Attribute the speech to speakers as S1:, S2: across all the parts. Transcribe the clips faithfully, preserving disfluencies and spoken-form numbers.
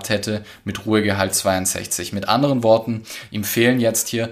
S1: gehabt hätte mit Ruhegehalt zweiundsechzig. Mit anderen Worten, ihm fehlen jetzt hier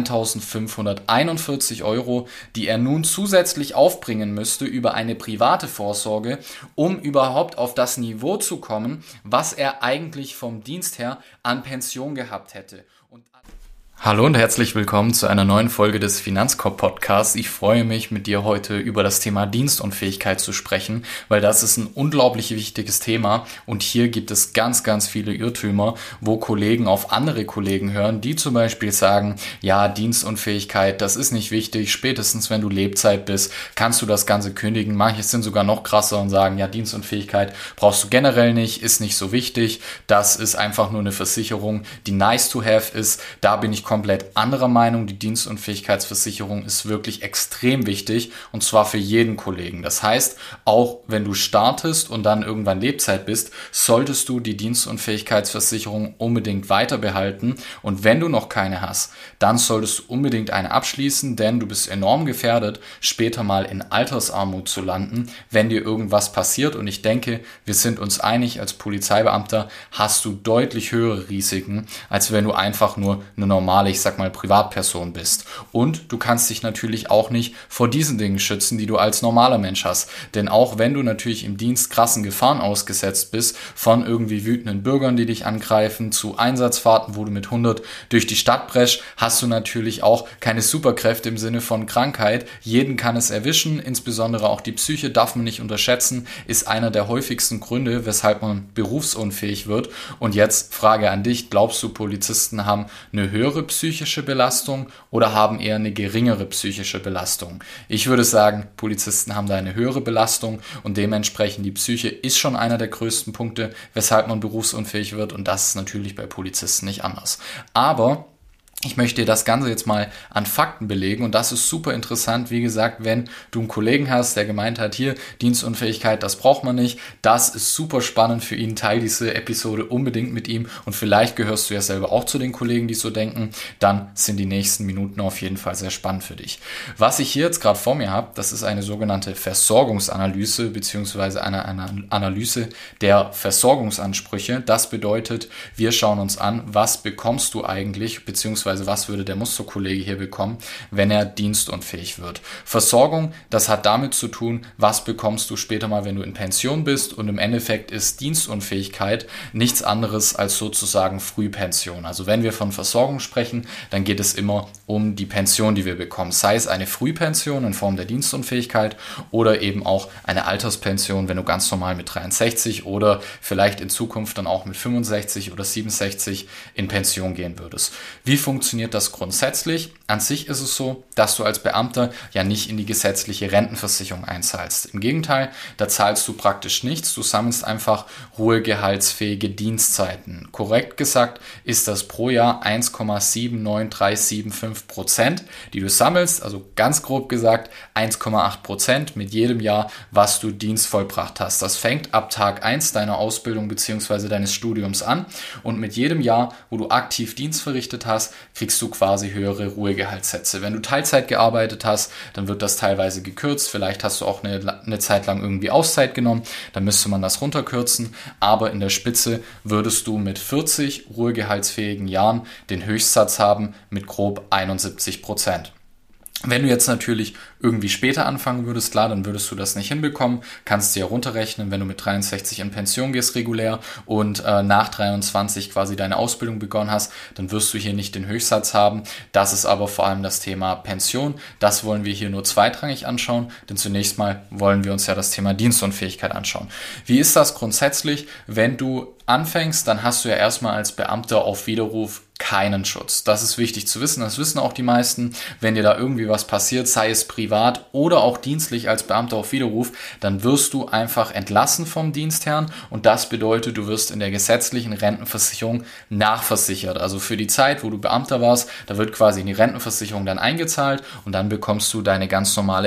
S1: eintausendfünfhunderteinundvierzig Euro, die er nun zusätzlich aufbringen müsste über eine private Vorsorge, um überhaupt auf das Niveau zu kommen, was er eigentlich vom Dienst her an Pension gehabt hätte. Und Hallo und herzlich willkommen zu einer neuen Folge des Finanzkorb-Podcasts. Ich freue mich, mit dir heute über das Thema Dienstunfähigkeit zu sprechen, weil das ist ein unglaublich wichtiges Thema und hier gibt es ganz, ganz viele Irrtümer, wo Kollegen auf andere Kollegen hören, die zum Beispiel sagen, ja, Dienstunfähigkeit, das ist nicht wichtig, spätestens wenn du Lebzeit bist, kannst du das Ganze kündigen. Manche sind sogar noch krasser und sagen, ja, Dienstunfähigkeit brauchst du generell nicht, ist nicht so wichtig, das ist einfach nur eine Versicherung, die nice to have ist. Da bin ich komplett anderer Meinung. Die Dienstunfähigkeitsversicherung ist wirklich extrem wichtig und zwar für jeden Kollegen. Das heißt, auch wenn du startest und dann irgendwann Lebzeit bist, solltest du die Dienstunfähigkeitsversicherung unbedingt weiter behalten und wenn du noch keine hast, dann solltest du unbedingt eine abschließen, denn du bist enorm gefährdet, später mal in Altersarmut zu landen, wenn dir irgendwas passiert und ich denke, wir sind uns einig, als Polizeibeamter hast du deutlich höhere Risiken, als wenn du einfach nur eine normale, ich sag mal, Privatperson bist. Und du kannst dich natürlich auch nicht vor diesen Dingen schützen, die du als normaler Mensch hast. Denn auch wenn du natürlich im Dienst krassen Gefahren ausgesetzt bist, von irgendwie wütenden Bürgern, die dich angreifen, zu Einsatzfahrten, wo du mit hundert durch die Stadt presch, hast du natürlich auch keine Superkräfte im Sinne von Krankheit. Jeden kann es erwischen, insbesondere auch die Psyche darf man nicht unterschätzen, ist einer der häufigsten Gründe, weshalb man berufsunfähig wird. Und jetzt Frage an dich, glaubst du, Polizisten haben eine höhere psychische Belastung oder haben eher eine geringere psychische Belastung? Ich würde sagen, Polizisten haben da eine höhere Belastung und dementsprechend die Psyche ist schon einer der größten Punkte, weshalb man berufsunfähig wird und das ist natürlich bei Polizisten nicht anders. Aber ich möchte dir das Ganze jetzt mal an Fakten belegen und das ist super interessant, wie gesagt, wenn du einen Kollegen hast, der gemeint hat, hier, Dienstunfähigkeit, das braucht man nicht, das ist super spannend für ihn, teile diese Episode unbedingt mit ihm und vielleicht gehörst du ja selber auch zu den Kollegen, die so denken, dann sind die nächsten Minuten auf jeden Fall sehr spannend für dich. Was ich hier jetzt gerade vor mir habe, das ist eine sogenannte Versorgungsanalyse beziehungsweise eine, eine Analyse der Versorgungsansprüche. Das bedeutet, wir schauen uns an, was bekommst du eigentlich, beziehungsweise was würde der Musterkollege hier bekommen, wenn er dienstunfähig wird. Versorgung, das hat damit zu tun, was bekommst du später mal, wenn du in Pension bist und im Endeffekt ist Dienstunfähigkeit nichts anderes als sozusagen Frühpension. Also wenn wir von Versorgung sprechen, dann geht es immer um die Pension, die wir bekommen. Sei es eine Frühpension in Form der Dienstunfähigkeit oder eben auch eine Alterspension, wenn du ganz normal mit dreiundsechzig oder vielleicht in Zukunft dann auch mit fünfundsechzig oder siebenundsechzig in Pension gehen würdest. Wie funktioniert das grundsätzlich? An sich ist es so, dass du als Beamter ja nicht in die gesetzliche Rentenversicherung einzahlst. Im Gegenteil, da zahlst du praktisch nichts. Du sammelst einfach ruhegehaltsfähige Dienstzeiten. Korrekt gesagt ist das pro Jahr eins Komma sieben neun drei sieben fünf Prozent, die du sammelst. Also ganz grob gesagt eins Komma acht Prozent mit jedem Jahr, was du Dienst vollbracht hast. Das fängt ab Tag eins deiner Ausbildung bzw. deines Studiums an und mit jedem Jahr, wo du aktiv Dienst verrichtet hast, kriegst du quasi höhere Ruhegehaltssätze. Wenn du Teilzeit gearbeitet hast, dann wird das teilweise gekürzt. Vielleicht hast du auch eine, eine Zeit lang irgendwie Auszeit genommen, dann müsste man das runterkürzen. Aber in der Spitze würdest du mit vierzig ruhegehaltsfähigen Jahren den Höchstsatz haben mit grob einundsiebzig Prozent. Wenn du jetzt natürlich irgendwie später anfangen würdest, klar, dann würdest du das nicht hinbekommen, kannst dir ja runterrechnen, wenn du mit dreiundsechzig in Pension gehst regulär und äh, nach dreiundzwanzig quasi deine Ausbildung begonnen hast, dann wirst du hier nicht den Höchstsatz haben. Das ist aber vor allem das Thema Pension. Das wollen wir hier nur zweitrangig anschauen, denn zunächst mal wollen wir uns ja das Thema Dienstunfähigkeit anschauen. Wie ist das grundsätzlich, wenn du anfängst, dann hast du ja erstmal als Beamter auf Widerruf keinen Schutz. Das ist wichtig zu wissen, das wissen auch die meisten. Wenn dir da irgendwie was passiert, sei es privat oder auch dienstlich als Beamter auf Widerruf, dann wirst du einfach entlassen vom Dienstherrn und das bedeutet, du wirst in der gesetzlichen Rentenversicherung nachversichert. Also für die Zeit, wo du Beamter warst, da wird quasi in die Rentenversicherung dann eingezahlt und dann bekommst du deine ganz normale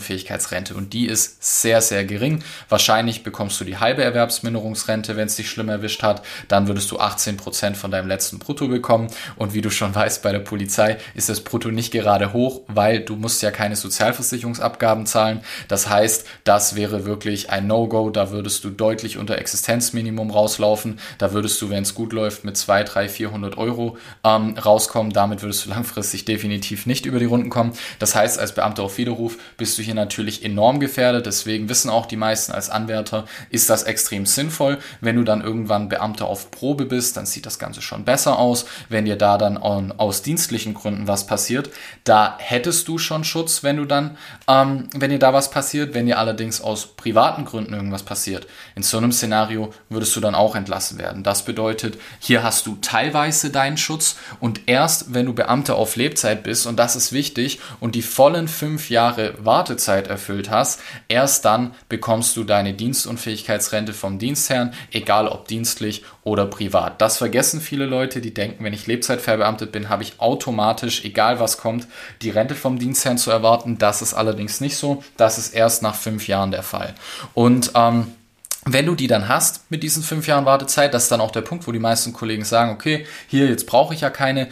S1: Erwerbsunfähigkeitsrente und die ist sehr, sehr gering. Wahrscheinlich bekommst du die halbe Erwerbsminderungsrente, wenn es dich schlimm erwischt hat, dann würdest du achtzehn Prozent von deinem letzten Brutto bekommen. Und wie du schon weißt, bei der Polizei ist das Brutto nicht gerade hoch, weil du musst ja keine Sozialversicherungsabgaben zahlen. Das heißt, das wäre wirklich ein No-Go. Da würdest du deutlich unter Existenzminimum rauslaufen. Da würdest du, wenn es gut läuft, mit zweihundert, dreihundert, vierhundert Euro ähm, rauskommen. Damit würdest du langfristig definitiv nicht über die Runden kommen. Das heißt, als Beamter auf Widerruf bist du hier natürlich enorm gefährdet. Deswegen wissen auch die meisten als Anwärter, ist das extrem sinnvoll. Wenn du dann irgendwann Beamter auf Probe bist, dann sieht das Ganze schon besser aus. Wenn dir da dann aus dienstlichen Gründen was passiert, da hättest du schon Schutz, wenn du dann, ähm, wenn dir da was passiert. Wenn dir allerdings aus privaten Gründen irgendwas passiert, in so einem Szenario würdest du dann auch entlassen werden. Das bedeutet, hier hast du teilweise deinen Schutz und erst, wenn du Beamter auf Lebzeit bist, und das ist wichtig, und die vollen fünf Jahre Wartezeit erfüllt hast, erst dann bekommst du deine Dienstunfähigkeitsrente vom Dienstherrn, egal ob dienstlich oder privat. Das vergessen viele Leute, die denken, wenn ich lebzeitverbeamtet bin, habe ich automatisch, egal was kommt, die Rente vom Dienstherrn zu erwarten. Das ist allerdings nicht so. Das ist erst nach fünf Jahren der Fall. Und ähm, wenn du die dann hast mit diesen fünf Jahren Wartezeit, das ist dann auch der Punkt, wo die meisten Kollegen sagen, okay, hier, jetzt brauche ich ja keine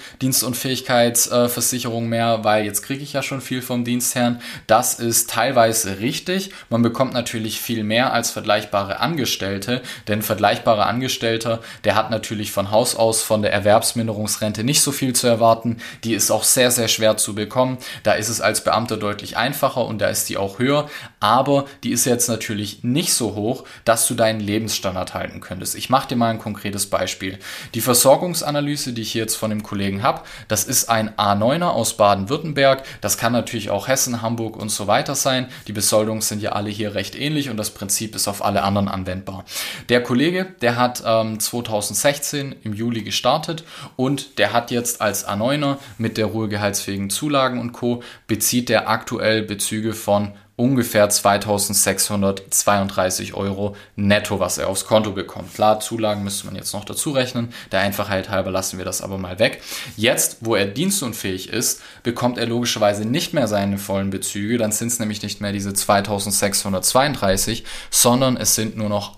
S1: Dienstunfähigkeitsversicherung mehr, weil jetzt kriege ich ja schon viel vom Dienstherrn. Das ist teilweise richtig. Man bekommt natürlich viel mehr als vergleichbare Angestellte, denn vergleichbare Angestellter, der hat natürlich von Haus aus von der Erwerbsminderungsrente nicht so viel zu erwarten. Die ist auch sehr, sehr schwer zu bekommen. Da ist es als Beamter deutlich einfacher und da ist die auch höher, aber die ist jetzt natürlich nicht so hoch, dass du deinen Lebensstandard halten könntest. Ich mache dir mal ein konkretes Beispiel. Die Versorgungsanalyse, die ich hier jetzt von dem Kollegen habe, das ist ein A neuner aus Baden-Württemberg. Das kann natürlich auch Hessen, Hamburg und so weiter sein. Die Besoldungen sind ja alle hier recht ähnlich und das Prinzip ist auf alle anderen anwendbar. Der Kollege, der hat ähm, zweitausendsechzehn im Juli gestartet und der hat jetzt als A neuner mit der ruhegehaltsfähigen Zulagen und Co. bezieht der aktuell Bezüge von ungefähr zweitausendsechshundertzweiunddreißig Euro netto, was er aufs Konto bekommt. Klar, Zulagen müsste man jetzt noch dazu rechnen. Der Einfachheit halber lassen wir das aber mal weg. Jetzt, wo er dienstunfähig ist, bekommt er logischerweise nicht mehr seine vollen Bezüge. Dann sind es nämlich nicht mehr diese zweitausendsechshundertzweiunddreißig, sondern es sind nur noch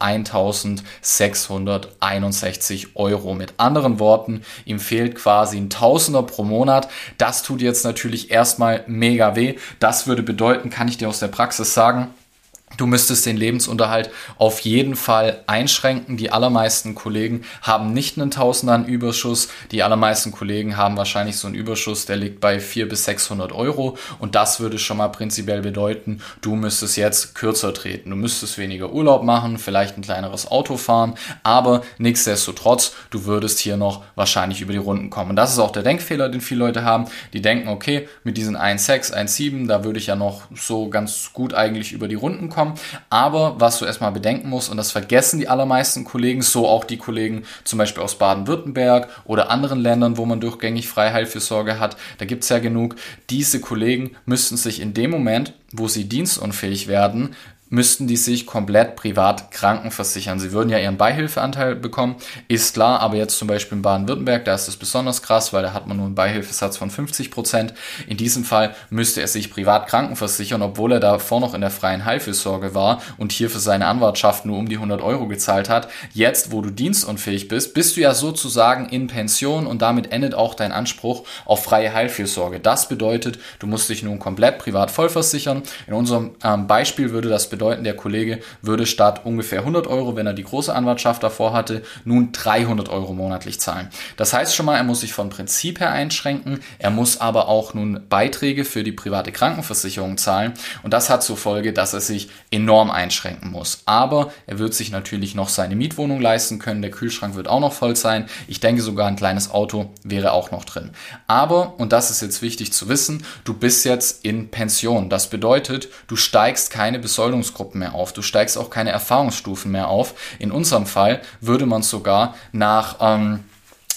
S1: eintausendsechshunderteinundsechzig Euro. Mit anderen Worten, ihm fehlt quasi ein Tausender pro Monat. Das tut jetzt natürlich erstmal mega weh. Das würde bedeuten, kann ich dir aus der Praxis sagen, du müsstest den Lebensunterhalt auf jeden Fall einschränken. Die allermeisten Kollegen haben nicht einen Tausender an Überschuss. Die allermeisten Kollegen haben wahrscheinlich so einen Überschuss, der liegt bei vierhundert bis sechshundert Euro. Und das würde schon mal prinzipiell bedeuten, du müsstest jetzt kürzer treten. Du müsstest weniger Urlaub machen, vielleicht ein kleineres Auto fahren. Aber nichtsdestotrotz, du würdest hier noch wahrscheinlich über die Runden kommen. Und das ist auch der Denkfehler, den viele Leute haben. Die denken, okay, mit diesen eins Komma sechs, eins Komma sieben, da würde ich ja noch so ganz gut eigentlich über die Runden kommen. Aber was du erstmal bedenken musst, und das vergessen die allermeisten Kollegen, so auch die Kollegen zum Beispiel aus Baden-Württemberg oder anderen Ländern, wo man durchgängig Freiheilfürsorge hat, da gibt es ja genug, diese Kollegen müssten sich in dem Moment, wo sie dienstunfähig werden, müssten die sich komplett privat krankenversichern. Sie würden ja ihren Beihilfeanteil bekommen, ist klar, aber jetzt zum Beispiel in Baden-Württemberg, da ist es besonders krass, weil da hat man nur einen Beihilfesatz von fünfzig Prozent. In diesem Fall müsste er sich privat krankenversichern, obwohl er davor noch in der freien Heilfürsorge war und hier für seine Anwartschaft nur um die hundert Euro gezahlt hat. Jetzt, wo du dienstunfähig bist, bist du ja sozusagen in Pension und damit endet auch dein Anspruch auf freie Heilfürsorge. Das bedeutet, du musst dich nun komplett privat vollversichern. In unserem ähm, Beispiel würde das bedeuten, der Kollege würde statt ungefähr hundert Euro, wenn er die große Anwartschaft davor hatte, nun dreihundert Euro monatlich zahlen. Das heißt schon mal, er muss sich vom Prinzip her einschränken, er muss aber auch nun Beiträge für die private Krankenversicherung zahlen und das hat zur Folge, dass er sich enorm einschränken muss. Aber er wird sich natürlich noch seine Mietwohnung leisten können, der Kühlschrank wird auch noch voll sein, ich denke sogar ein kleines Auto wäre auch noch drin. Aber, und das ist jetzt wichtig zu wissen, du bist jetzt in Pension. Das bedeutet, du steigst keine Besoldungsgruppen mehr auf. Du steigst auch keine Erfahrungsstufen mehr auf. In unserem Fall würde man sogar nach ähm,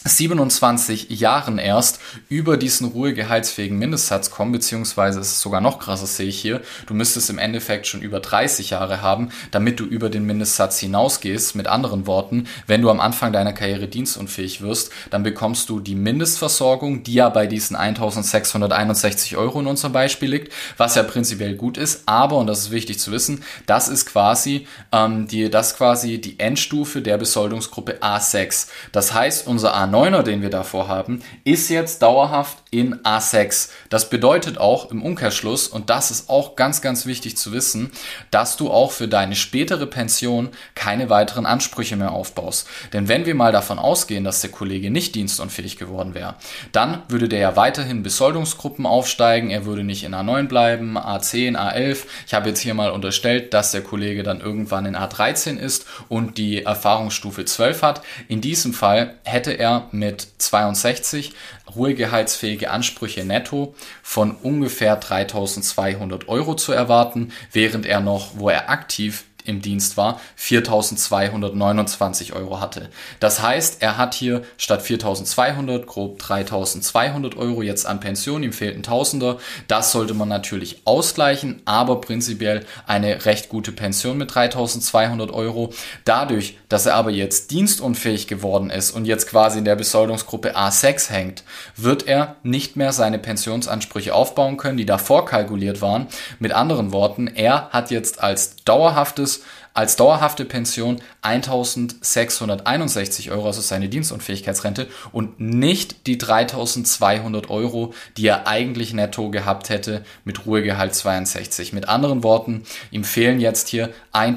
S1: siebenundzwanzig Jahren erst über diesen ruhegehaltsfähigen Mindestsatz kommen, beziehungsweise es ist sogar noch krasser, sehe ich hier, du müsstest im Endeffekt schon über dreißig Jahre haben, damit du über den Mindestsatz hinausgehst. Mit anderen Worten, wenn du am Anfang deiner Karriere dienstunfähig wirst, dann bekommst du die Mindestversorgung, die ja bei diesen eintausendsechshunderteinundsechzig Euro in unserem Beispiel liegt, was ja prinzipiell gut ist, aber, und das ist wichtig zu wissen, das ist quasi, ähm, die, das ist quasi die Endstufe der Besoldungsgruppe A sechs. Das heißt, unser A neun, den wir davor haben, ist jetzt dauerhaft in A sechs. Das bedeutet auch im Umkehrschluss, und das ist auch ganz, ganz wichtig zu wissen, dass du auch für deine spätere Pension keine weiteren Ansprüche mehr aufbaust. Denn wenn wir mal davon ausgehen, dass der Kollege nicht dienstunfähig geworden wäre, dann würde der ja weiterhin Besoldungsgruppen aufsteigen, er würde nicht in A neun bleiben, A zehn, A elf. Ich habe jetzt hier mal unterstellt, dass der Kollege dann irgendwann in A dreizehn ist und die Erfahrungsstufe zwölf hat. In diesem Fall hätte er mit zweiundsechzig ruhegehaltsfähige Ansprüche netto von ungefähr dreitausendzweihundert Euro zu erwarten, während er noch, wo er aktiv im Dienst war, viertausendzweihundertneunundzwanzig Euro hatte. Das heißt, er hat hier statt viertausendzweihundert grob dreitausendzweihundert Euro jetzt an Pension, ihm fehlt ein Tausender. Das sollte man natürlich ausgleichen, aber prinzipiell eine recht gute Pension mit dreitausendzweihundert Euro. Dadurch, dass er aber jetzt dienstunfähig geworden ist und jetzt quasi in der Besoldungsgruppe A sechs hängt, wird er nicht mehr seine Pensionsansprüche aufbauen können, die davor kalkuliert waren. Mit anderen Worten, er hat jetzt als dauerhaftes als dauerhafte Pension eintausendsechshunderteinundsechzig Euro, also seine Dienstunfähigkeitsrente, und nicht die dreitausendzweihundert Euro, die er eigentlich netto gehabt hätte mit Ruhegehalt zweiundsechzig. Mit anderen Worten, ihm fehlen jetzt hier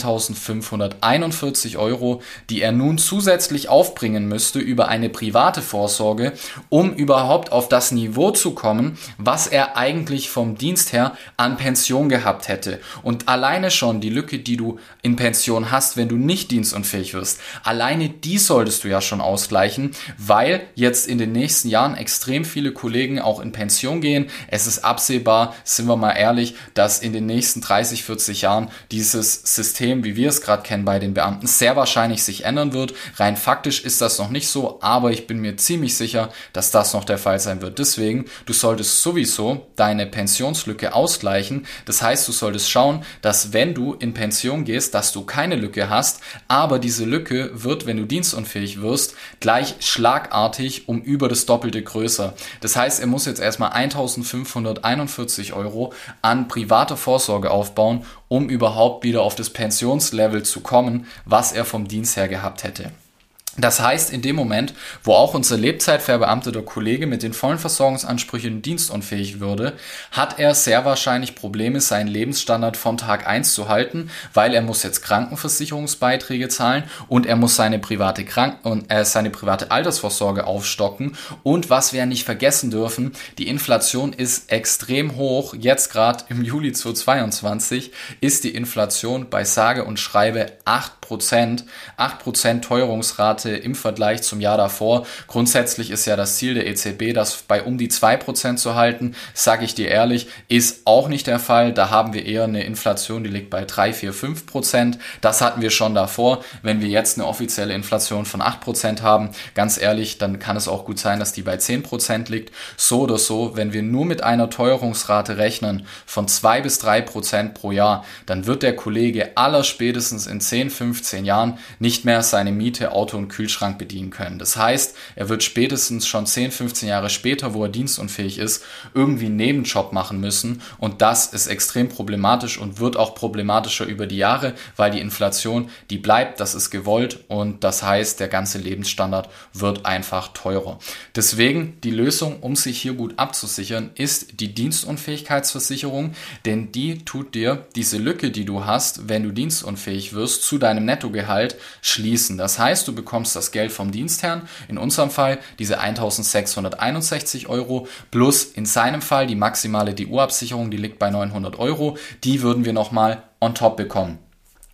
S1: eintausendfünfhunderteinundvierzig Euro, die er nun zusätzlich aufbringen müsste über eine private Vorsorge, um überhaupt auf das Niveau zu kommen, was er eigentlich vom Dienst her an Pension gehabt hätte. Und alleine schon die Lücke, die du in Pension hast, wenn du nicht dienstunfähig wirst. Alleine die solltest du ja schon ausgleichen, weil jetzt in den nächsten Jahren extrem viele Kollegen auch in Pension gehen. Es ist absehbar, sind wir mal ehrlich, dass in den nächsten dreißig, vierzig Jahren dieses System, wie wir es gerade kennen bei den Beamten, sehr wahrscheinlich sich ändern wird. Rein faktisch ist das noch nicht so, aber ich bin mir ziemlich sicher, dass das noch der Fall sein wird. Deswegen, du solltest sowieso deine Pensionslücke ausgleichen. Das heißt, du solltest schauen, dass wenn du in Pension gehst, dass du keine Lücke hast, aber diese Lücke wird, wenn du dienstunfähig wirst, gleich schlagartig um über das Doppelte größer. Das heißt, er muss jetzt erstmal eintausendfünfhunderteinundvierzig Euro an privater Vorsorge aufbauen, um überhaupt wieder auf das Pensionslevel zu kommen, was er vom Dienst her gehabt hätte. Das heißt, in dem Moment, wo auch unser lebzeitverbeamteter Kollege mit den vollen Versorgungsansprüchen dienstunfähig würde, hat er sehr wahrscheinlich Probleme, seinen Lebensstandard von Tag eins zu halten, weil er muss jetzt Krankenversicherungsbeiträge zahlen und er muss seine private Kranken- und äh, seine private Altersvorsorge aufstocken. Und was wir nicht vergessen dürfen, die Inflation ist extrem hoch. Jetzt gerade im Juli zweitausendzweiundzwanzig ist die Inflation bei sage und schreibe acht Prozent. acht Prozent Teuerungsrate im Vergleich zum Jahr davor. Grundsätzlich ist ja das Ziel der E Z B, das bei um die zwei Prozent zu halten. Sage ich dir ehrlich, ist auch nicht der Fall. Da haben wir eher eine Inflation, die liegt bei drei, vier, fünf Prozent. Das hatten wir schon davor. Wenn wir jetzt eine offizielle Inflation von acht Prozent haben, ganz ehrlich, dann kann es auch gut sein, dass die bei zehn Prozent liegt. So oder so, wenn wir nur mit einer Teuerungsrate rechnen von zwei bis drei Prozent pro Jahr, dann wird der Kollege allerspätestens in zehn, fünfzehn Jahren nicht mehr seine Miete, Auto und Kühlschrank bedienen können. Das heißt, er wird spätestens schon zehn, fünfzehn Jahre später, wo er dienstunfähig ist, irgendwie einen Nebenjob machen müssen, und das ist extrem problematisch und wird auch problematischer über die Jahre, weil die Inflation, die bleibt, das ist gewollt, und das heißt, der ganze Lebensstandard wird einfach teurer. Deswegen die Lösung, um sich hier gut abzusichern, ist die Dienstunfähigkeitsversicherung, denn die tut dir diese Lücke, die du hast, wenn du dienstunfähig wirst, zu deinem Nettogehalt schließen. Das heißt, du bekommst das Geld vom Dienstherrn, in unserem Fall diese eintausendsechshunderteinundsechzig Euro, plus in seinem Fall die maximale D U-Absicherung, die liegt bei neunhundert Euro, die würden wir nochmal on top bekommen.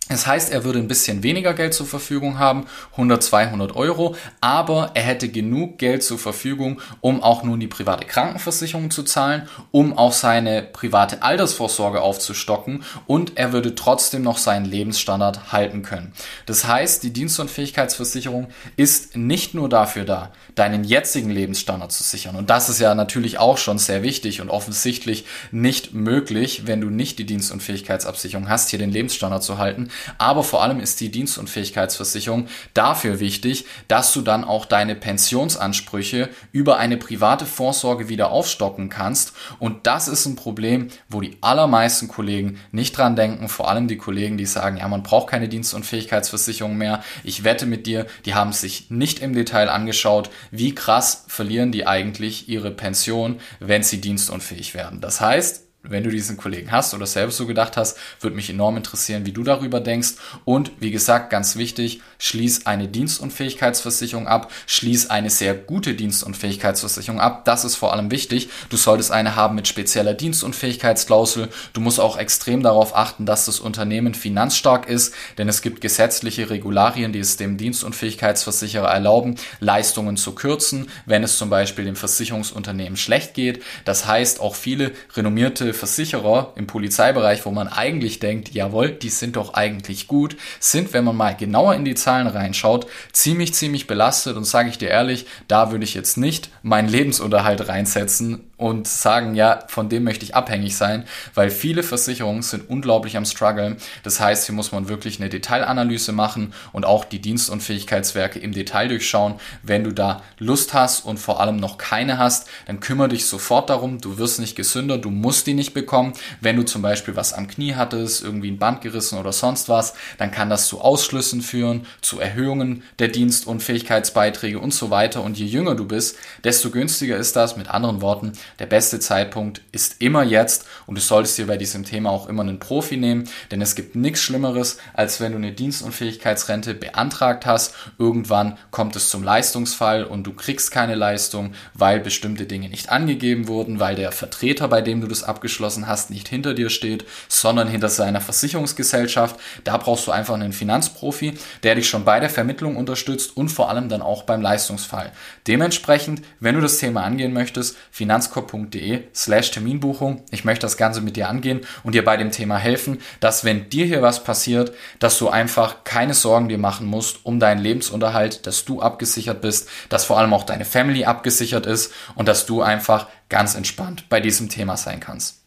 S1: Das heißt, er würde ein bisschen weniger Geld zur Verfügung haben, hundert, zweihundert Euro, aber er hätte genug Geld zur Verfügung, um auch nun die private Krankenversicherung zu zahlen, um auch seine private Altersvorsorge aufzustocken und er würde trotzdem noch seinen Lebensstandard halten können. Das heißt, die Dienstunfähigkeitsversicherung ist nicht nur dafür da, deinen jetzigen Lebensstandard zu sichern. Und das ist ja natürlich auch schon sehr wichtig und offensichtlich nicht möglich, wenn du nicht die Dienstunfähigkeitsabsicherung hast, hier den Lebensstandard zu halten. Aber vor allem ist die Dienstunfähigkeitsversicherung dafür wichtig, dass du dann auch deine Pensionsansprüche über eine private Vorsorge wieder aufstocken kannst. Und das ist ein Problem, wo die allermeisten Kollegen nicht dran denken. Vor allem die Kollegen, die sagen, ja, man braucht keine Dienstunfähigkeitsversicherung mehr. Ich wette mit dir, die haben sich nicht im Detail angeschaut, wie krass verlieren die eigentlich ihre Pension, wenn sie dienstunfähig werden. Das heißt, wenn du diesen Kollegen hast oder selbst so gedacht hast, würde mich enorm interessieren, wie du darüber denkst. Und wie gesagt, ganz wichtig, schließ eine Dienstunfähigkeitsversicherung ab, schließ eine sehr gute Dienstunfähigkeitsversicherung ab. Das ist vor allem wichtig. Du solltest eine haben mit spezieller Dienstunfähigkeitsklausel. Du musst auch extrem darauf achten, dass das Unternehmen finanzstark ist, denn es gibt gesetzliche Regularien, die es dem Dienstunfähigkeitsversicherer erlauben, Leistungen zu kürzen, wenn es zum Beispiel dem Versicherungsunternehmen schlecht geht. Das heißt, auch viele renommierte Versicherer im Polizeibereich, wo man eigentlich denkt, jawohl, die sind doch eigentlich gut, sind, wenn man mal genauer in die Zahlen reinschaut, ziemlich, ziemlich belastet und sage ich dir ehrlich, da würde ich jetzt nicht meinen Lebensunterhalt reinsetzen und sagen, ja, von dem möchte ich abhängig sein, weil viele Versicherungen sind unglaublich am struggeln. Das heißt, hier muss man wirklich eine Detailanalyse machen und auch die Dienstunfähigkeitswerke im Detail durchschauen. Wenn du da Lust hast und vor allem noch keine hast, dann kümmere dich sofort darum, du wirst nicht gesünder, du musst die nicht bekommen. Wenn du zum Beispiel was am Knie hattest, irgendwie ein Band gerissen oder sonst was, dann kann das zu Ausschlüssen führen, zu Erhöhungen der Dienstunfähigkeitsbeiträge und so weiter. Und je jünger du bist, desto günstiger ist das. Mit anderen Worten, der beste Zeitpunkt ist immer jetzt und du solltest dir bei diesem Thema auch immer einen Profi nehmen, denn es gibt nichts Schlimmeres, als wenn du eine Dienstunfähigkeitsrente beantragt hast. Irgendwann kommt es zum Leistungsfall und du kriegst keine Leistung, weil bestimmte Dinge nicht angegeben wurden, weil der Vertreter, bei dem du das abgeschlossen hast, nicht hinter dir steht, sondern hinter seiner Versicherungsgesellschaft. Da brauchst du einfach einen Finanzprofi, der dich schon bei der Vermittlung unterstützt und vor allem dann auch beim Leistungsfall. Dementsprechend, wenn du das Thema angehen möchtest, finanzkorb.de slash Terminbuchung. Ich möchte das Ganze mit dir angehen und dir bei dem Thema helfen, dass wenn dir hier was passiert, dass du einfach keine Sorgen dir machen musst um deinen Lebensunterhalt, dass du abgesichert bist, dass vor allem auch deine Family abgesichert ist und dass du einfach ganz entspannt bei diesem Thema sein kannst.